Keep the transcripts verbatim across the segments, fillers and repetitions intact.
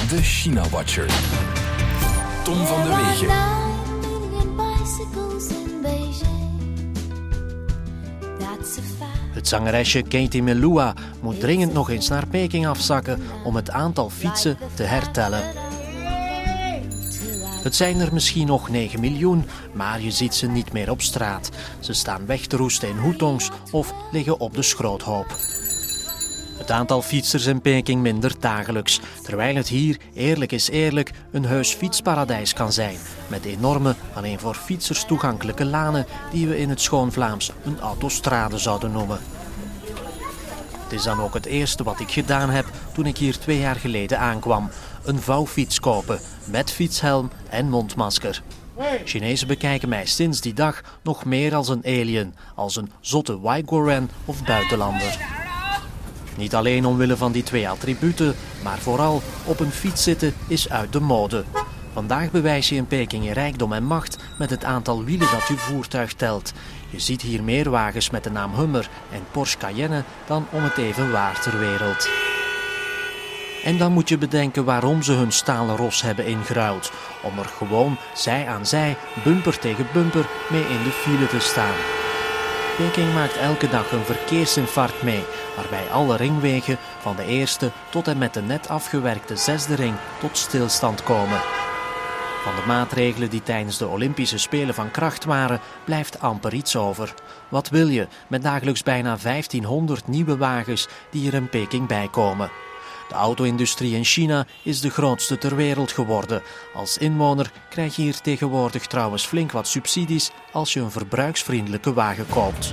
De China Watcher. Tom van der Wegen. Het zangeresje Katie Melua moet dringend nog eens naar Peking afzakken om het aantal fietsen te hertellen. Het zijn er misschien nog negen miljoen, maar je ziet ze niet meer op straat. Ze staan weg te roesten in hutongs of liggen op de schroothoop. Het aantal fietsers in Peking mindert dagelijks, terwijl het hier, eerlijk is eerlijk, een heus fietsparadijs kan zijn, met enorme, alleen voor fietsers toegankelijke lanen die we in het schoon Vlaams een autostrade zouden noemen. Het is dan ook het eerste wat ik gedaan heb toen ik hier twee jaar geleden aankwam. Een vouwfiets kopen, met fietshelm en mondmasker. Chinezen bekijken mij sinds die dag nog meer als een alien, als een zotte Waigoran of buitenlander. Niet alleen omwille van die twee attributen, maar vooral op een fiets zitten is uit de mode. Vandaag bewijs je in Peking je rijkdom en macht met het aantal wielen dat je voertuig telt. Je ziet hier meer wagens met de naam Hummer en Porsche Cayenne dan om het even waar ter wereld. En dan moet je bedenken waarom ze hun stalen ros hebben ingeruild. Om er gewoon zij aan zij, bumper tegen bumper, mee in de file te staan. Peking maakt elke dag een verkeersinfarct mee, waarbij alle ringwegen van de eerste tot en met de net afgewerkte zesde ring tot stilstand komen. Van de maatregelen die tijdens de Olympische Spelen van kracht waren, blijft amper iets over. Wat wil je met dagelijks bijna vijftienhonderd nieuwe wagens die er in Peking bijkomen? De auto-industrie in China is de grootste ter wereld geworden. Als inwoner krijg je hier tegenwoordig trouwens flink wat subsidies als je een verbruiksvriendelijke wagen koopt.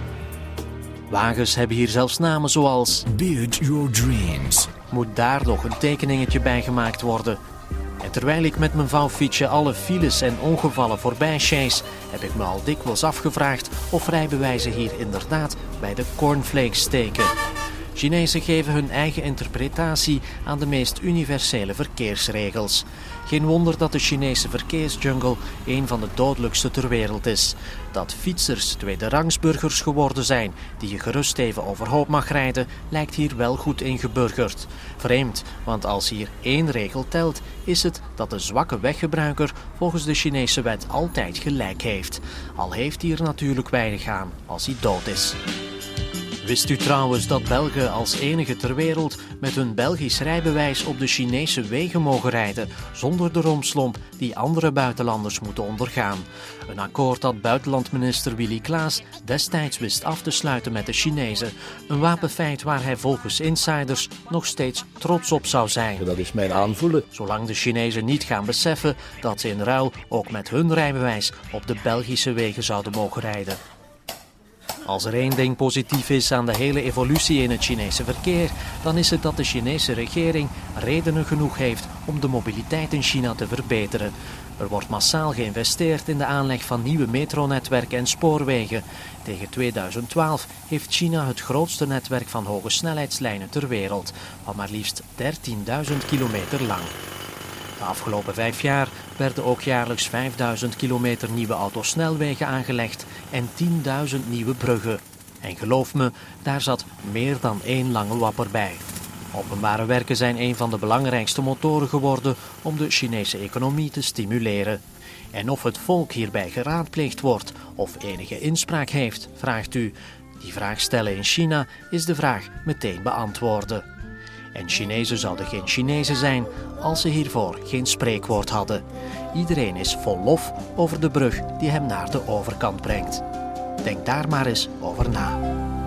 Wagens hebben hier zelfs namen zoals Build Your Dreams. Moet daar nog een tekeningetje bij gemaakt worden? En terwijl ik met mijn vouwfietsje alle files en ongevallen voorbij chase, heb ik me al dikwijls afgevraagd of rijbewijzen hier inderdaad bij de cornflakes steken. Chinezen geven hun eigen interpretatie aan de meest universele verkeersregels. Geen wonder dat de Chinese verkeersjungle een van de dodelijkste ter wereld is. Dat fietsers tweederangsburgers geworden zijn, die je gerust even overhoop mag rijden, lijkt hier wel goed ingeburgerd. Vreemd, want als hier één regel telt, is het dat de zwakke weggebruiker volgens de Chinese wet altijd gelijk heeft. Al heeft hij er natuurlijk weinig aan als hij dood is. Wist u trouwens dat Belgen als enige ter wereld met hun Belgisch rijbewijs op de Chinese wegen mogen rijden, zonder de rompslomp die andere buitenlanders moeten ondergaan? Een akkoord dat buitenlandminister Willy Klaas destijds wist af te sluiten met de Chinezen. Een wapenfeit waar hij volgens insiders nog steeds trots op zou zijn. Dat is mijn aanvoelen. Zolang de Chinezen niet gaan beseffen dat ze in ruil ook met hun rijbewijs op de Belgische wegen zouden mogen rijden. Als er één ding positief is aan de hele evolutie in het Chinese verkeer, dan is het dat de Chinese regering redenen genoeg heeft om de mobiliteit in China te verbeteren. Er wordt massaal geïnvesteerd in de aanleg van nieuwe metronetwerken en spoorwegen. Tegen tweeduizend twaalf heeft China het grootste netwerk van hoge snelheidslijnen ter wereld, van maar liefst dertienduizend kilometer lang. De afgelopen vijf jaar werden ook jaarlijks vijfduizend kilometer nieuwe autosnelwegen aangelegd en tienduizend nieuwe bruggen. En geloof me, daar zat meer dan één lange wapper bij. Openbare werken zijn een van de belangrijkste motoren geworden om de Chinese economie te stimuleren. En of het volk hierbij geraadpleegd wordt of enige inspraak heeft, vraagt u. Die vraag stellen in China is de vraag meteen beantwoorden. En Chinezen zouden geen Chinezen zijn als ze hiervoor geen spreekwoord hadden. Iedereen is vol lof over de brug die hem naar de overkant brengt. Denk daar maar eens over na.